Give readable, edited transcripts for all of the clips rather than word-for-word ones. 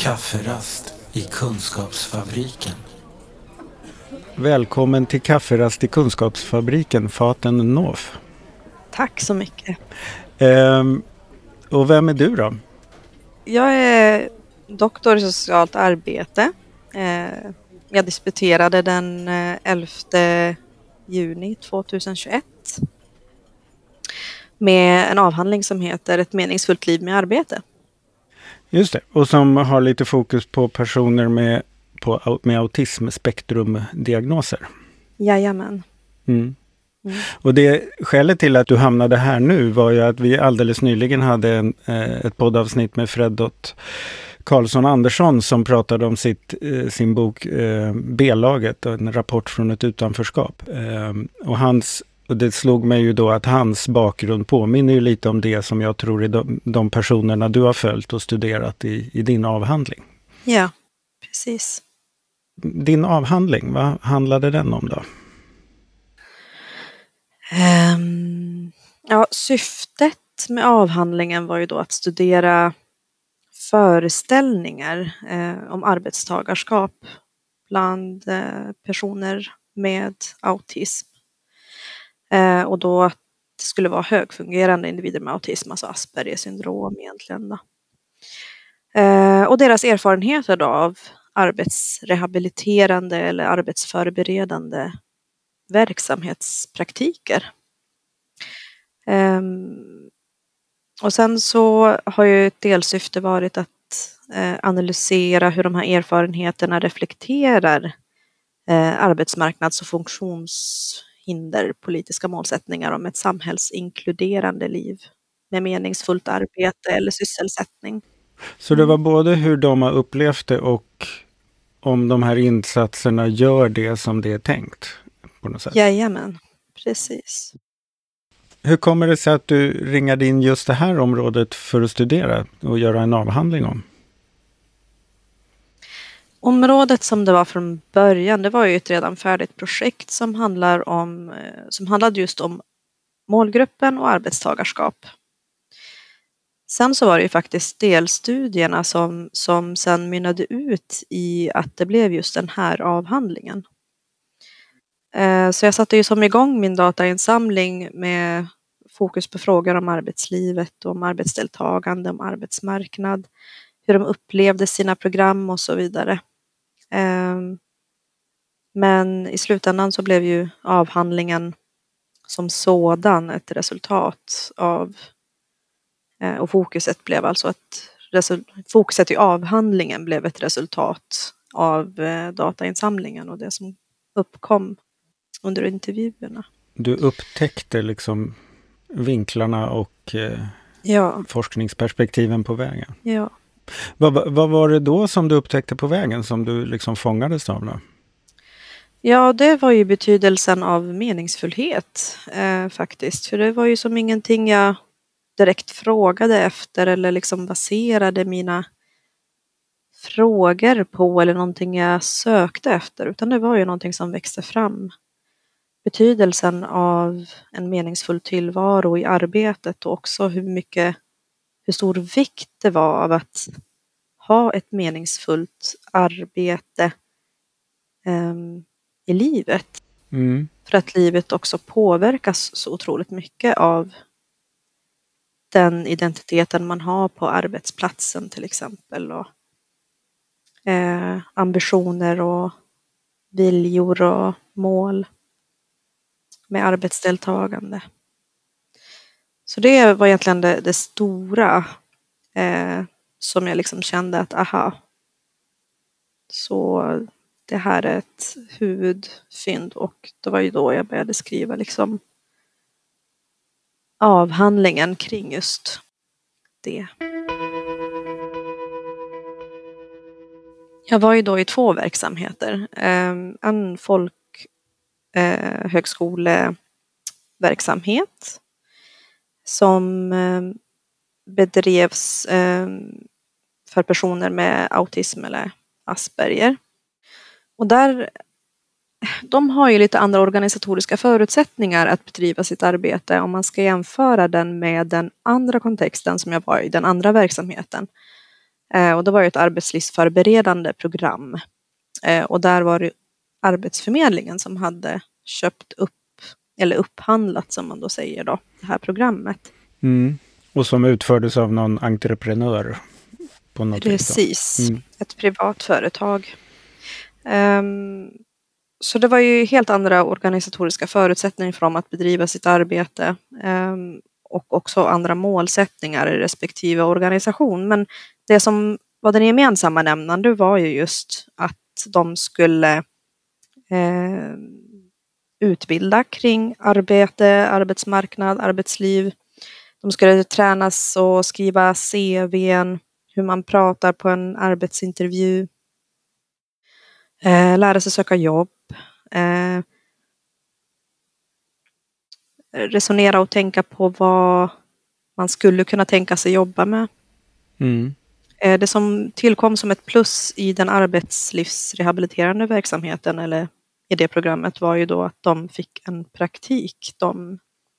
Kafferast i Kunskapsfabriken. Välkommen till Kafferast i Kunskapsfabriken, Faten Nof. Tack så mycket. Och vem är du då? Jag är doktor i socialt arbete. Jag disputerade den 11 juni 2021 med en avhandling som heter Ett meningsfullt liv med arbete. Just det, och som har lite fokus på personer med autismspektrumdiagnoser. Jajamän. Mm. Och det skälet till att du hamnade här nu var ju att vi alldeles nyligen hade ett poddavsnitt med Freddot Karlsson Andersson som pratade om sin bok B-laget, en rapport från ett utanförskap. Och det slog mig ju då att hans bakgrund påminner ju lite om det som jag tror är de personerna du har följt och studerat i din avhandling. Ja, precis. Din avhandling, vad handlade den om då? Syftet med avhandlingen var ju då att studera föreställningar om arbetstagarskap bland personer med autism. Och då att det skulle vara högfungerande individer med autism, alltså Aspergers syndrom egentligen då. Och deras erfarenheter då av arbetsrehabiliterande eller arbetsförberedande verksamhetspraktiker. Och sen så har ju ett delsyfte varit att analysera hur de här erfarenheterna reflekterar arbetsmarknads- och funktionshinder, politiska målsättningar om ett samhällsinkluderande liv med meningsfullt arbete eller sysselsättning. Så det var både hur de har upplevt det och om de här insatserna gör det som det är tänkt på något sätt? Jajamän, precis. Hur kommer det sig att du ringade in just det här området för att studera och göra en avhandling om? Området som det var från början, det var ju ett redan färdigt projekt som handlade just om målgruppen och arbetstagarskap. Sen så var det ju faktiskt delstudierna som sen mynnade ut i att det blev just den här avhandlingen. Så jag satte ju som igång min datainsamling med fokus på frågor om arbetslivet, om arbetsdeltagande, om arbetsmarknad, hur de upplevde sina program och så vidare. Men i slutändan så blev ju avhandlingen som sådan ett resultat av, och fokuset blev alltså fokuset i avhandlingen blev ett resultat av datainsamlingen och det som uppkom under intervjuerna. Du upptäckte liksom vinklarna och forskningsperspektiven på vägen. Ja. Vad var det då som du upptäckte på vägen som du liksom fångades av då? Ja, det var ju betydelsen av meningsfullhet faktiskt. För det var ju som ingenting jag direkt frågade efter eller liksom baserade mina frågor på eller någonting jag sökte efter. Utan det var ju någonting som växte fram. Betydelsen av en meningsfull tillvaro i arbetet och också hur stor vikt det var av att ha ett meningsfullt arbete i livet. Mm. För att livet också påverkas så otroligt mycket av den identiteten man har på arbetsplatsen till exempel. Och ambitioner och viljor och mål med arbetsdeltagande. Så det var egentligen det stora som jag liksom kände att så det här är ett huvudfynd och det var ju då jag började skriva liksom avhandlingen kring just det. Jag var ju då i 2 verksamheter. En högskoleverksamhet som bedrevs för personer med autism eller Asperger. Och de har ju lite andra organisatoriska förutsättningar att bedriva sitt arbete om man ska jämföra den med den andra kontexten som jag var i, den andra verksamheten. Och det var ju ett arbetslivsförberedande program. Och där var det Arbetsförmedlingen som hade köpt upp eller upphandlat, som man då säger då, det här programmet. Och som utfördes av någon entreprenör på något Precis, ett privat företag. Så det var ju helt andra organisatoriska förutsättningar för dem att bedriva sitt arbete. Och också andra målsättningar i respektive organisation. Men det som var den gemensamma nämnande var ju just att de skulle utbilda kring arbete, arbetsmarknad, arbetsliv. De skulle tränas och skriva CV:n, hur man pratar på en arbetsintervju. Lära sig söka jobb. Resonera och tänka på vad man skulle kunna tänka sig jobba med. Det som tillkom som ett plus i den arbetslivsrehabiliterande verksamheten eller i det programmet var ju då att de fick en praktik de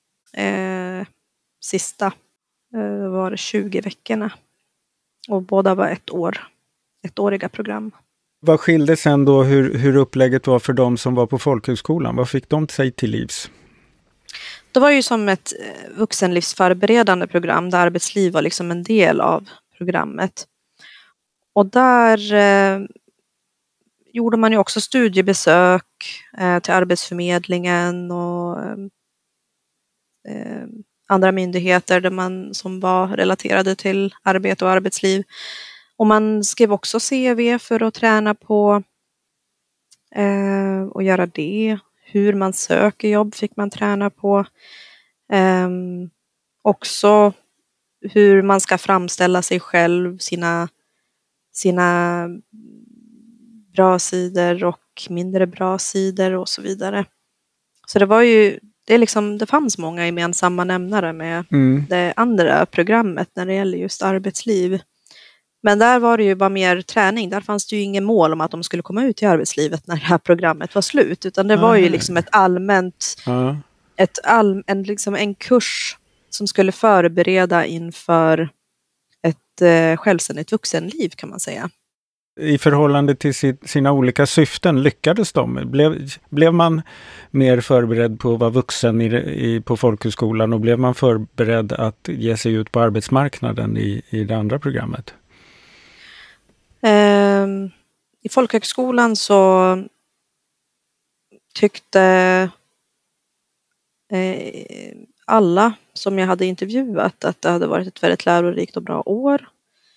sista var det 20 veckorna. Och båda var ettåriga program. Vad skilde sen då hur upplägget var för de som var på folkhögskolan? Vad fick de sig till livs? Det var ju som ett vuxenlivsförberedande program där arbetsliv var liksom en del av programmet. Och där gjorde man ju också studiebesök till Arbetsförmedlingen och andra myndigheter som var relaterade till arbete och arbetsliv. Och man skrev också CV för att träna på och göra det. Hur man söker jobb fick man träna på. Också hur man ska framställa sig själv, sina bra sidor och mindre bra sidor och så vidare. Så det fanns många gemensamma nämnare med det andra programmet när det gäller just arbetsliv. Men där var det ju bara mer träning. Där fanns det ju ingen mål om att de skulle komma ut i arbetslivet när det här programmet var slut. Utan det var ju liksom ett allmänt, en kurs som skulle förbereda inför ett självständigt vuxenliv, kan man säga. I förhållande till sina olika syften, lyckades de? Blev man mer förberedd på att vara vuxen på folkhögskolan och blev man förberedd att ge sig ut på arbetsmarknaden i det andra programmet? I folkhögskolan så tyckte alla som jag hade intervjuat att det hade varit ett väldigt lärorikt och bra år.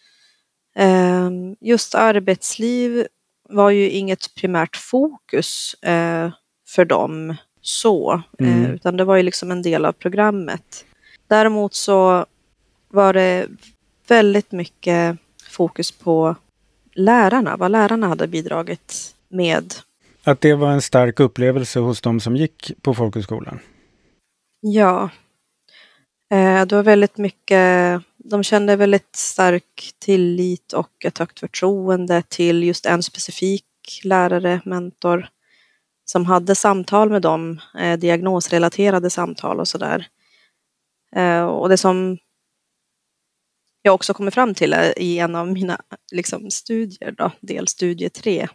Just arbetsliv var ju inget primärt fokus för dem utan det var ju liksom en del av programmet. Däremot så var det väldigt mycket fokus på vad lärarna hade bidragit med. Att det var en stark upplevelse hos de som gick på folkhögskolan? Ja, det var väldigt mycket, de kände väldigt stark tillit och ett högt förtroende till just en specifik lärare, mentor, som hade samtal med dem, diagnosrelaterade samtal och sådär. Och det som jag också kommer fram till i en av mina studier, delstudie 3,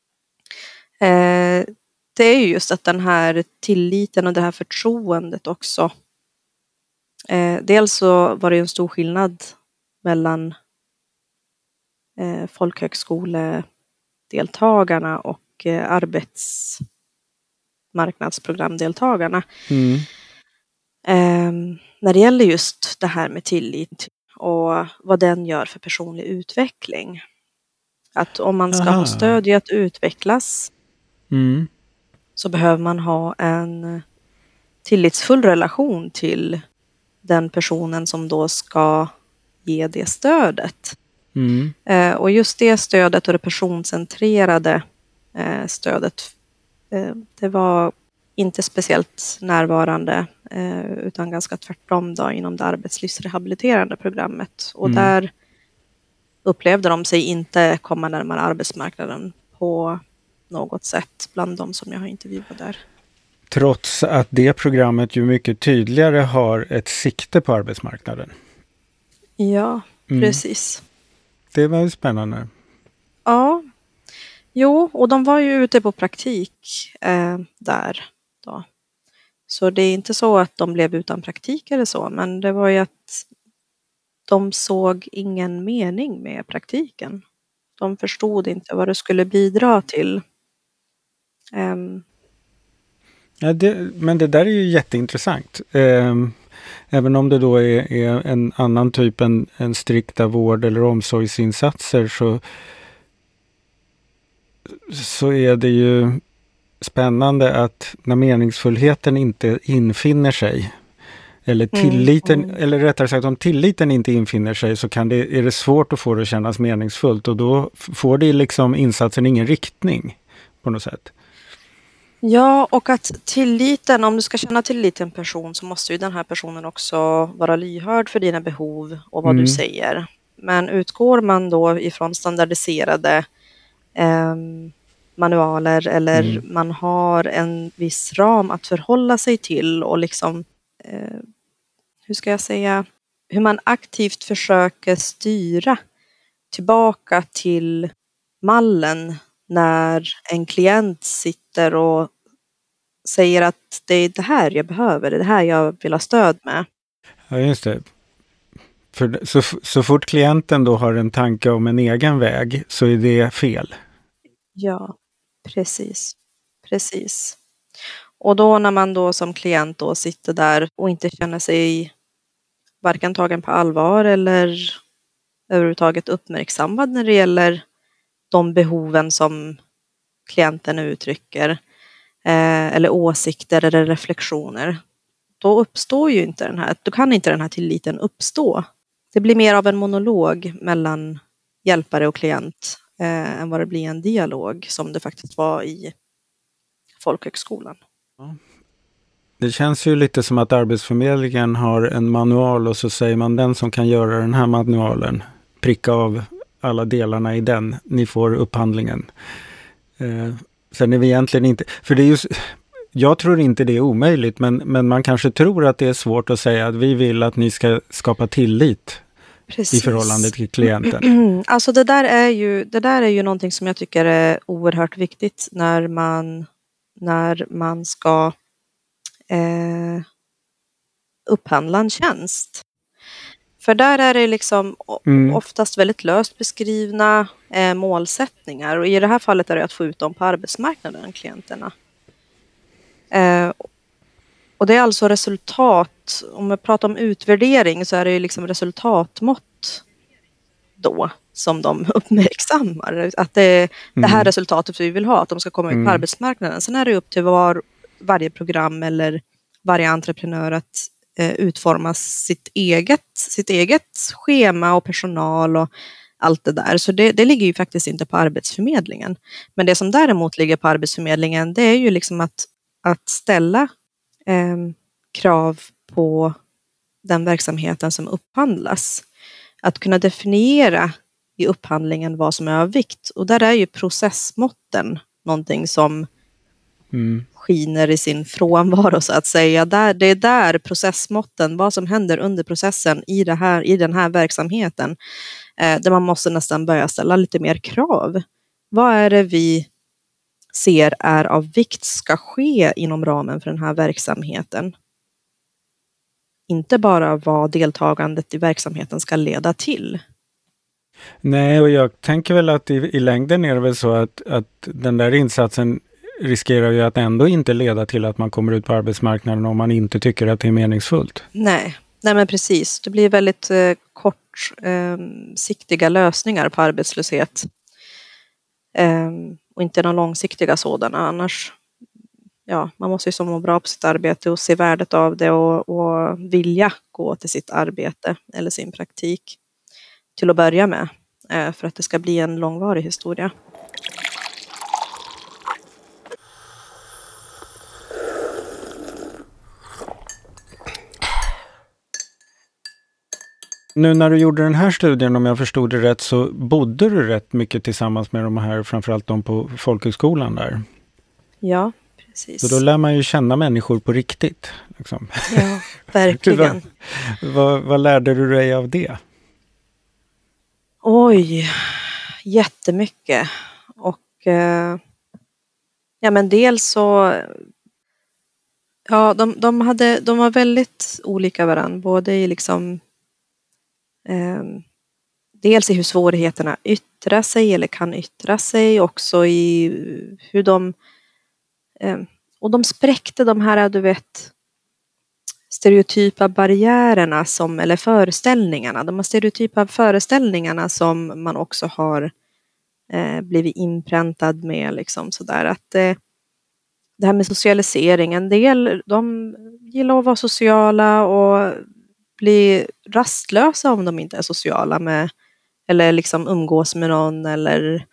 det är ju just att den här tilliten och det här förtroendet också. Dels så var det en stor skillnad mellan folkhögskoledeltagarna och arbetsmarknadsprogramdeltagarna. När det gäller just det här med tillit och vad den gör för personlig utveckling. Att om man ska ha stöd i att utvecklas så behöver man ha en tillitsfull relation till den personen som då ska ge det stödet. Och just det stödet och det personcentrerade stödet, det var inte speciellt närvarande utan ganska tvärtom inom det arbetslivsrehabiliterande programmet. Och där upplevde de sig inte komma närmare arbetsmarknaden på något sätt bland de som jag har intervjuat där. Trots att det programmet ju mycket tydligare har ett sikte på arbetsmarknaden. Ja, precis. det var ju spännande. Ja, jo, och de var ju ute på praktik där då. Så det är inte så att de blev utan praktik eller så, men det var ju att de såg ingen mening med praktiken. De förstod inte vad det skulle bidra till. Ja, men det där är ju jätteintressant. Även om det då är en annan typ än strikta vård- eller omsorgsinsatser så är det ju spännande att när meningsfullheten inte infinner sig eller tilliten, eller rättare sagt om tilliten inte infinner sig så är det svårt att få det att kännas meningsfullt och då får det liksom insatsen ingen riktning på något sätt. Ja, och att tilliten, om du ska känna tillit till en person så måste ju den här personen också vara lyhörd för dina behov och vad du säger. Men utgår man då ifrån standardiserade manualer eller man har en viss ram att förhålla sig till och liksom, hur ska jag säga, hur man aktivt försöker styra tillbaka till mallen när en klient sitter och säger att det är det här jag behöver, det är det här jag vill ha stöd med. Ja, just det. För så fort klienten då har en tanke om en egen väg så är det fel. Ja, precis. Precis. Och då när man då som klient då sitter där och inte känner sig varken tagen på allvar eller överhuvudtaget uppmärksammad när det gäller de behoven som klienten uttrycker eller åsikter eller reflektioner, då uppstår ju inte då kan inte den här tilliten uppstå. Det blir mer av en monolog mellan hjälpare och klient än vad det blir en dialog som det faktiskt var i folkhögskolan. Det känns ju lite som att Arbetsförmedlingen har en manual och så säger man den som kan göra den här manualen, pricka av alla delarna i den, ni får upphandlingen. Sen är vi egentligen inte, för det är ju, jag tror inte det är omöjligt, men man kanske tror att det är svårt att säga att vi vill att ni ska skapa tillit. Precis. I förhållande till klienten. Alltså det där är ju någonting som jag tycker är oerhört viktigt när man ska upphandla en tjänst. För där är det liksom oftast väldigt löst beskrivna målsättningar. Och i det här fallet är det att få ut dem på arbetsmarknaden, klienterna. Och det är alltså resultat, om vi pratar om utvärdering så är det ju liksom resultatmått då som de uppmärksammar. Att det är det här resultatet vi vill ha, att de ska komma ut på arbetsmarknaden. Sen är det upp till varje program eller varje entreprenör att utforma sitt eget schema och personal och allt det där. Så det ligger ju faktiskt inte på Arbetsförmedlingen. Men det som däremot ligger på Arbetsförmedlingen, det är ju liksom att ställa krav på den verksamheten som upphandlas. Att kunna definiera i upphandlingen vad som är av vikt. Och där är ju processmåtten någonting som skiner i sin frånvaro så att säga. Det är där processmåtten, vad som händer under processen i den här verksamheten. Där man måste nästan börja ställa lite mer krav. Vad är det vi ser är av vikt ska ske inom ramen för den här verksamheten? Inte bara vad deltagandet i verksamheten ska leda till. Nej, och jag tänker väl att i längden är det väl så att den där insatsen riskerar ju att ändå inte leda till att man kommer ut på arbetsmarknaden om man inte tycker att det är meningsfullt. Nej men precis. Det blir väldigt kortsiktiga lösningar på arbetslöshet. Och inte några långsiktiga sådana. Annars, man måste ju må bra på sitt arbete och se värdet av det och vilja gå till sitt arbete eller sin praktik till att börja med. För att det ska bli en långvarig historia. Nu när du gjorde den här studien, om jag förstod det rätt, så bodde du rätt mycket tillsammans med de här, framförallt de på folkhögskolan där. Ja, precis. Så då lär man ju känna människor på riktigt. Liksom. Ja, verkligen. Vad lärde du dig av det? Oj, jättemycket. Och ja, men dels så, ja, de var väldigt olika varandra, både i liksom dels i hur svårigheterna yttrar sig eller kan yttra sig, också i hur och de spräckte de här, du vet, stereotypa barriärerna eller föreställningarna. De här stereotypa föreställningarna som man också har blivit inpräntad med, liksom sådär att det här med socialisering, en del, de gillar att vara sociala och bli rastlösa om de inte är sociala med, eller liksom umgås med någon, eller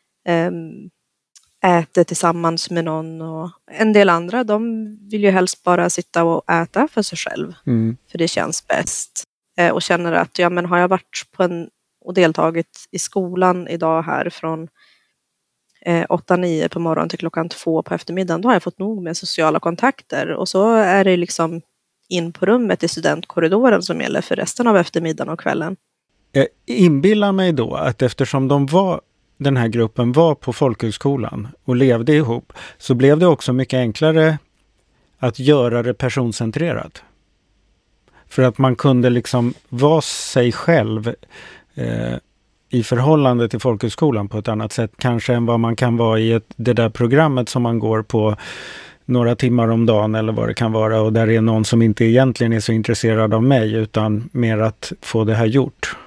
äter tillsammans med någon. Och en del andra, de vill ju helst bara sitta och äta för sig själv, för det känns bäst. Och känner att, ja, men har jag varit och deltagit i skolan idag här från 8-9 på morgonen till 2 på eftermiddagen, då har jag fått nog med sociala kontakter, och så är det liksom in på rummet i studentkorridoren som gäller för resten av eftermiddagen och kvällen. Jag inbillar mig då att eftersom den här gruppen var på folkhögskolan och levde ihop, så blev det också mycket enklare att göra det personcentrerat. För att man kunde liksom vara sig själv i förhållande till folkhögskolan på ett annat sätt kanske än vad man kan vara i det där programmet som man går på några timmar om dagen eller vad det kan vara, och där är någon som inte egentligen är så intresserad av mig utan mer att få det här gjort.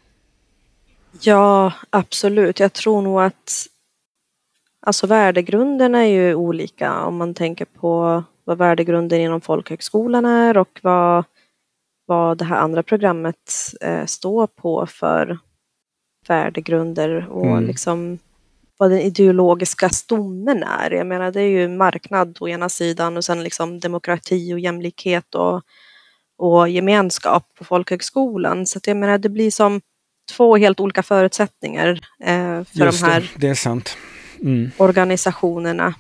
Ja, absolut. Jag tror nog att alltså värdegrunderna är ju olika om man tänker på vad värdegrunden inom folkhögskolan är och vad det här andra programmet står på för värdegrunder och liksom vad den ideologiska stommen är. Jag menar, det är ju marknad å ena sidan och sen liksom demokrati och jämlikhet och gemenskap på folkhögskolan. Så att jag menar, det blir som 2 helt olika förutsättningar för Just de här det är sant. organisationerna.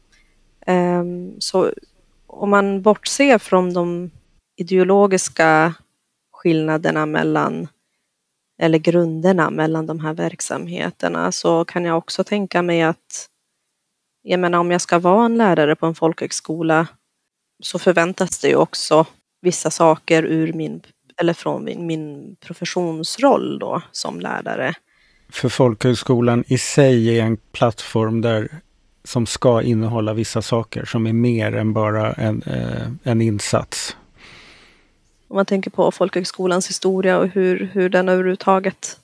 Så om man bortser från de ideologiska skillnaderna eller grunderna mellan de här verksamheterna, så kan jag också tänka mig att, jag menar, om jag ska vara en lärare på en folkhögskola så förväntas det ju också vissa saker från min professionsroll då som lärare. För folkhögskolan i sig är en plattform som ska innehålla vissa saker som är mer än bara en insats. Om man tänker på folkhögskolans historia och hur den överhuvudtaget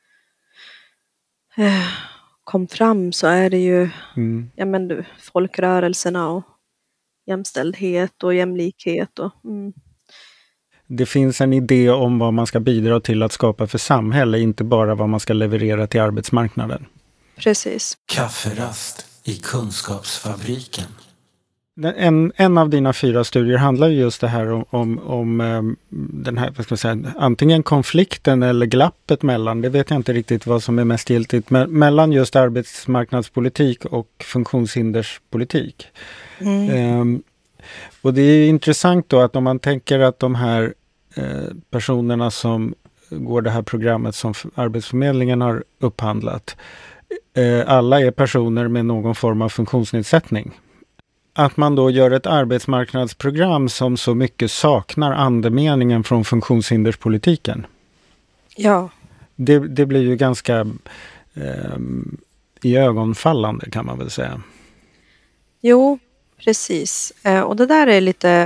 kom fram, så är det ju folkrörelserna och jämställdhet och jämlikhet. Det finns en idé om vad man ska bidra till att skapa för samhälle, inte bara vad man ska leverera till arbetsmarknaden. Precis. Kafferast i Kunskapsfabriken. En av dina 4 studier handlar ju just det här om den här, vad ska jag säga, antingen konflikten eller glappet mellan, det vet jag inte riktigt vad som är mest giltigt, mellan just arbetsmarknadspolitik och funktionshinderspolitik. Och det är intressant då att om man tänker att de här personerna som går det här programmet som Arbetsförmedlingen har upphandlat, alla är personer med någon form av funktionsnedsättning. Att man då gör ett arbetsmarknadsprogram som så mycket saknar andemeningen från funktionshinderspolitiken. Ja. Det blir ju ganska iögonfallande, kan man väl säga. Jo, precis. Och det där är lite...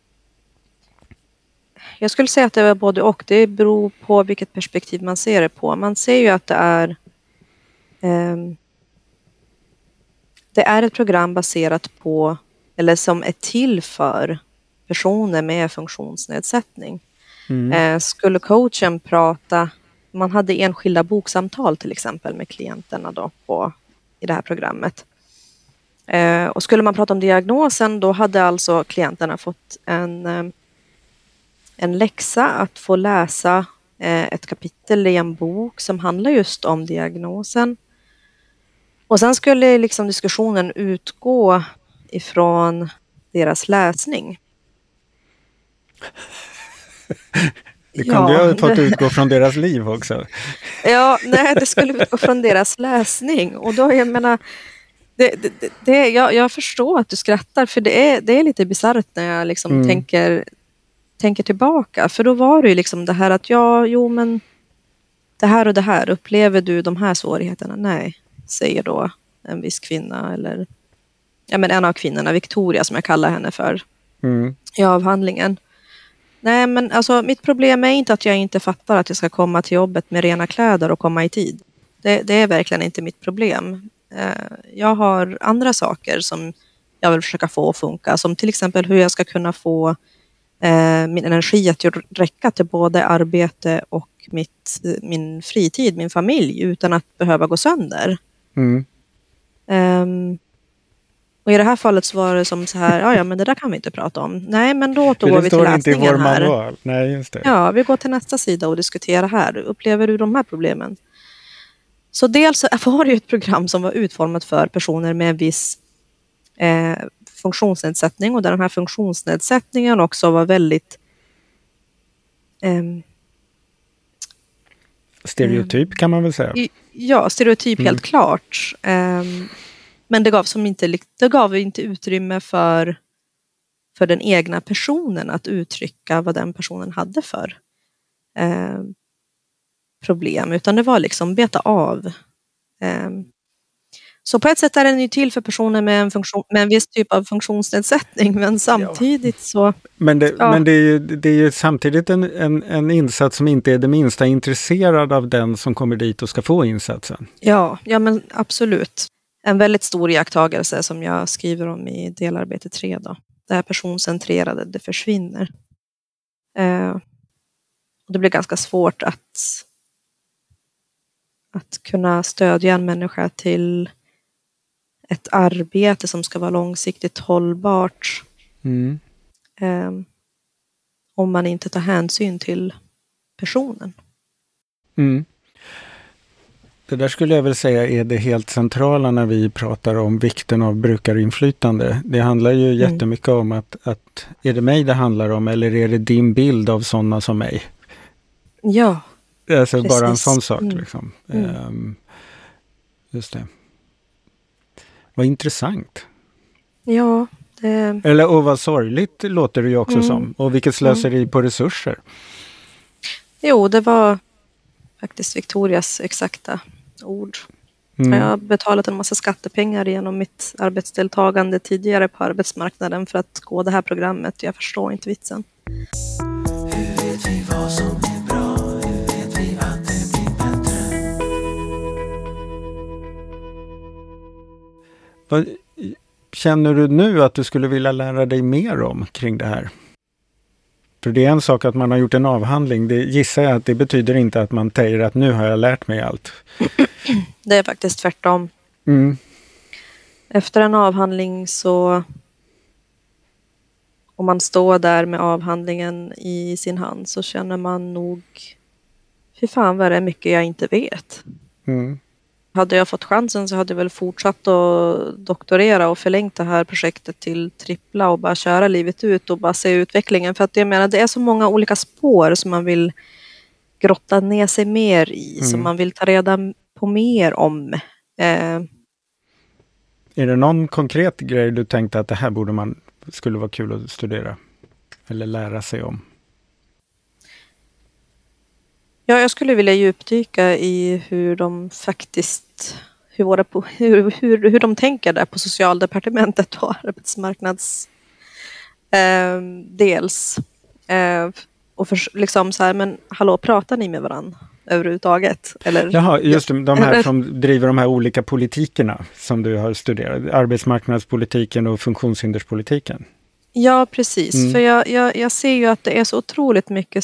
Jag skulle säga att det är både och. Det beror på vilket perspektiv man ser det på. Man ser ju att det är ett program baserat på, eller som är till för personer med funktionsnedsättning. Skulle coachen prata, man hade enskilda boksamtal till exempel med klienterna då i det här programmet. Och skulle man prata om diagnosen, då hade alltså klienterna fått en läxa att få läsa ett kapitel i en bok som handlar just om diagnosen. Och sen skulle liksom diskussionen utgå ifrån deras läsning. Det kunde ju ha fått utgå från deras liv också. Ja, nej, det skulle utgå från deras läsning. Och då, jag menar, jag förstår att du skrattar, för det är lite bisarrt när jag liksom tänker tillbaka. För då var det ju liksom det här att men det här och det här, upplever du de här svårigheterna? Nej, säger då en viss kvinna, eller en av kvinnorna, Victoria som jag kallar henne för i avhandlingen. Nej, men alltså mitt problem är inte att jag inte fattar att jag ska komma till jobbet med rena kläder och komma i tid. Det är verkligen inte mitt problem. Jag har andra saker som jag vill försöka få att funka, som till exempel hur jag ska kunna få min energi att räcka till både arbete och min fritid, min familj, utan att behöva gå sönder. Och i det här fallet så var det som så här, men det där kan vi inte prata om. Nej, men då går vi till läsningen här. Manual. Nej, just det. Ja, vi går till nästa sida och diskuterar här. Upplever du de här problemen? Så dels var det ju ett program som var utformat för personer med en viss funktionsnedsättning, och där den här funktionsnedsättningen också var väldigt stereotyp kan man väl säga. Ja, stereotyp helt klart. Men det gav inte utrymme för den egna personen att uttrycka vad den personen hade för problem, utan det var liksom beta av. Så på ett sätt är den ju till för personer med en viss typ av funktionsnedsättning, men samtidigt så... Men det är ju samtidigt en insats som inte är det minsta intresserad av den som kommer dit och ska få insatsen. Ja, men absolut. En väldigt stor iakttagelse som jag skriver om i delarbete 3 då. Det här personcentrerade, det försvinner. Och det blir ganska svårt att kunna stödja en människa till ett arbete som ska vara långsiktigt hållbart. Om man inte tar hänsyn till personen. Det där skulle jag väl säga är det helt centrala när vi pratar om vikten av brukarinflytande. Det handlar ju jättemycket om att är det mig det handlar om, eller är det din bild av sådana som mig? Ja, alltså precis. Bara en sån sak liksom. Just det. Vad intressant. Ja. Och vad sorgligt låter det ju också som. Och vilket slöseri på resurser. Jo, det var faktiskt Victorias exakta ord. Jag har betalat en massa skattepengar genom mitt arbetsdeltagande tidigare på arbetsmarknaden för att gå det här programmet. Jag förstår inte vitsen. Hur vet vi vad som är bra? Hur vet vi att det blir bättre? Vad känner du nu att du skulle vilja lära dig mer om kring det här? För det är en sak att man har gjort en avhandling. Det gissar jag att det betyder inte att man säger att nu har jag lärt mig allt. Det är faktiskt tvärtom. Efter en avhandling så... Om man står där med avhandlingen i sin hand så känner man nog... Hur fan var det mycket jag inte vet? Hade jag fått chansen så hade jag väl fortsatt att doktorera och förlängt det här projektet till trippla och bara köra livet ut och bara se utvecklingen. För att jag menar, det är så många olika spår som man vill grotta ner sig mer i, som man vill ta reda på mer om. Är det någon konkret grej du tänkte att det här skulle vara kul att studera eller lära sig om? Ja, jag skulle vilja djupdyka i hur de faktiskt, hur de tänker där på socialdepartementet och arbetsmarknads dels. Och liksom så här, men hallå, pratar ni med varandra överhuvudtaget? Eller? Jaha, just de här som driver de här olika politikerna som du har studerat. Arbetsmarknadspolitiken och funktionshinderspolitiken. Ja, precis. För jag ser ju att det är så otroligt mycket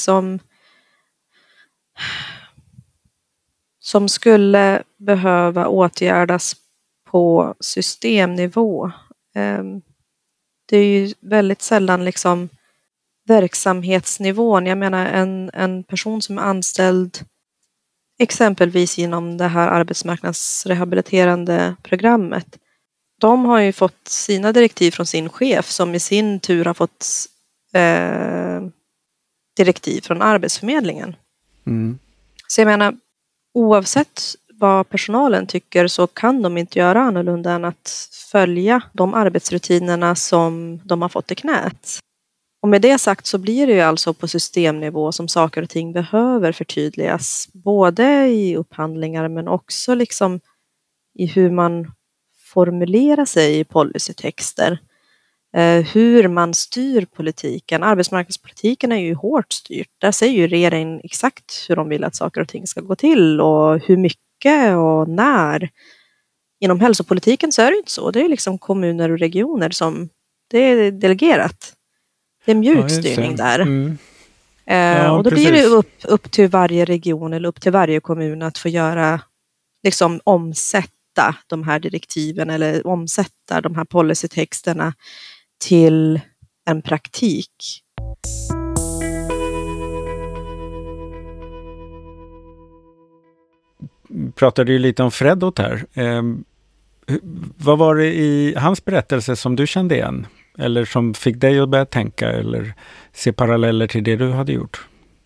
som skulle behöva åtgärdas på systemnivå. Det är ju väldigt sällan liksom verksamhetsnivån. Jag menar en person som är anställd exempelvis inom det här arbetsmarknadsrehabiliterande programmet. De har ju fått sina direktiv från sin chef som i sin tur har fått direktiv från Arbetsförmedlingen. Mm. Så jag menar, oavsett vad personalen tycker så kan de inte göra annorlunda än att följa de arbetsrutinerna som de har fått i knät. Och med det sagt så blir det ju alltså på systemnivå som saker och ting behöver förtydligas. Både i upphandlingar men också liksom i hur man formulerar sig i policytexter. Hur man styr politiken. Arbetsmarknadspolitiken är ju hårt styrt. Där säger ju regeringen exakt hur de vill att saker och ting ska gå till och hur mycket och när. Inom hälsopolitiken så är det inte så. Det är liksom kommuner och regioner som det är delegerat. Det är mjuk styrning där. Mm. Och då precis. blir det upp till varje region eller upp till varje kommun att få göra, liksom omsätta de här direktiven eller omsätta de här policytexterna till en praktik. Pratade ju lite om Freddot här. Vad var det i hans berättelse som du kände igen? Eller som fick dig att börja tänka eller se paralleller till det du hade gjort?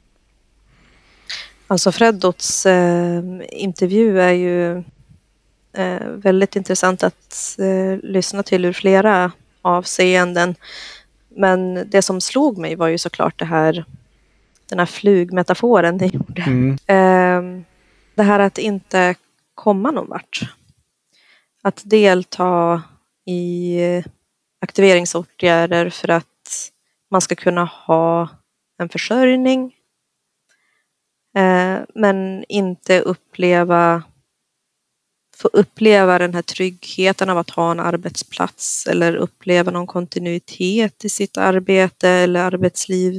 Alltså Freddots intervju är ju väldigt intressant att lyssna till ur flera avseenden. Men det som slog mig var ju såklart den här flugmetaforen ni gjorde. Det här att inte komma någon vart. Att delta i aktiveringsåtgärder för att man ska kunna ha en försörjning. Men inte få uppleva den här tryggheten av att ha en arbetsplats eller uppleva någon kontinuitet i sitt arbete eller arbetsliv.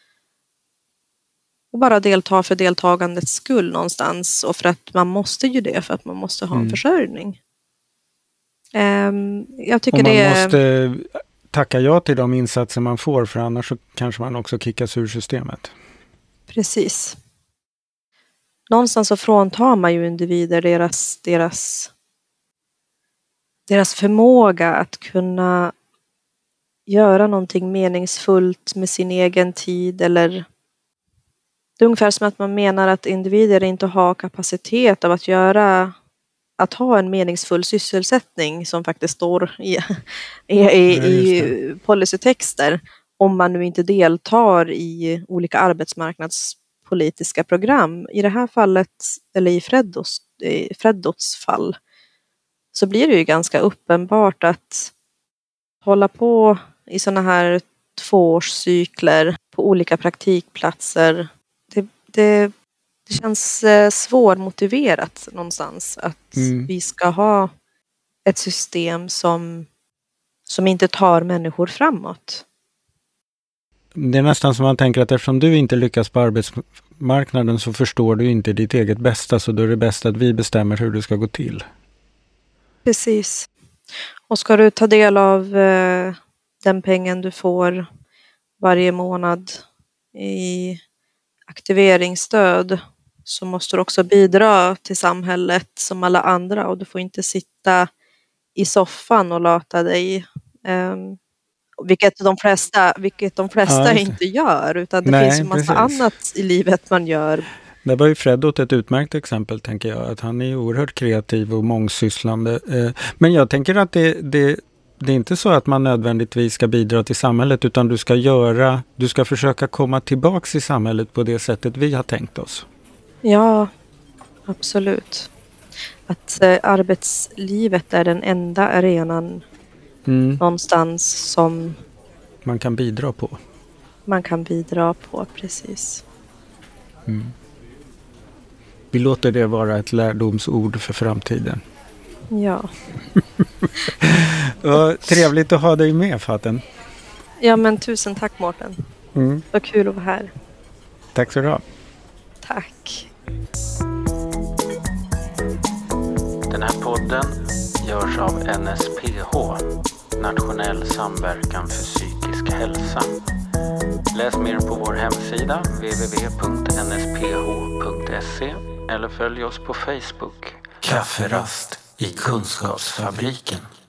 Och bara delta för deltagandets skull någonstans och för att man måste ju det för att man måste ha en försörjning. Jag tycker och man måste tacka ja till de insatser man får för annars så kanske man också kickas ur systemet. Precis. Någonstans så fråntar man ju individer deras förmåga att kunna göra någonting meningsfullt med sin egen tid eller det är ungefär som att man menar att individer inte har kapacitet av att ha en meningsfull sysselsättning som faktiskt står i policytexter om man nu inte deltar i olika arbetsmarknadspolitiska program. I det här fallet, eller i Freddots fall, så blir det ju ganska uppenbart att hålla på i sådana här 2-årscykler på olika praktikplatser. Det känns svårmotiverat någonstans att vi ska ha ett system som inte tar människor framåt. Det är nästan som man tänker att eftersom du inte lyckas på arbetsmarknaden så förstår du inte ditt eget bästa så då är det bäst att vi bestämmer hur det ska gå till. Precis. Och ska du ta del av den pengen du får varje månad i aktiveringsstöd så måste du också bidra till samhället som alla andra och du får inte sitta i soffan och lata dig. Vilket de flesta inte gör utan det finns ju massa annat i livet man gör. Det var ju Freddot ett utmärkt exempel tänker jag. Att han är oerhört kreativ och mångsysslande. Men jag tänker att det är inte så att man nödvändigtvis ska bidra till samhället utan du ska försöka komma tillbaks i samhället på det sättet vi har tänkt oss. Ja, absolut. Att arbetslivet är den enda arenan någonstans som man kan bidra på. Precis. Vi låter det vara ett lärdomsord för framtiden. Ja. Trevligt att ha dig med, Faten. Ja, men tusen tack, Mårten. Vad kul att vara här. Tack så du ha. Tack. Den här podden görs av NSPH, Nationell samverkan för psykisk hälsa. Läs mer på vår hemsida www.nsph.se eller följ oss på Facebook. Kafferast i Kunskapsfabriken.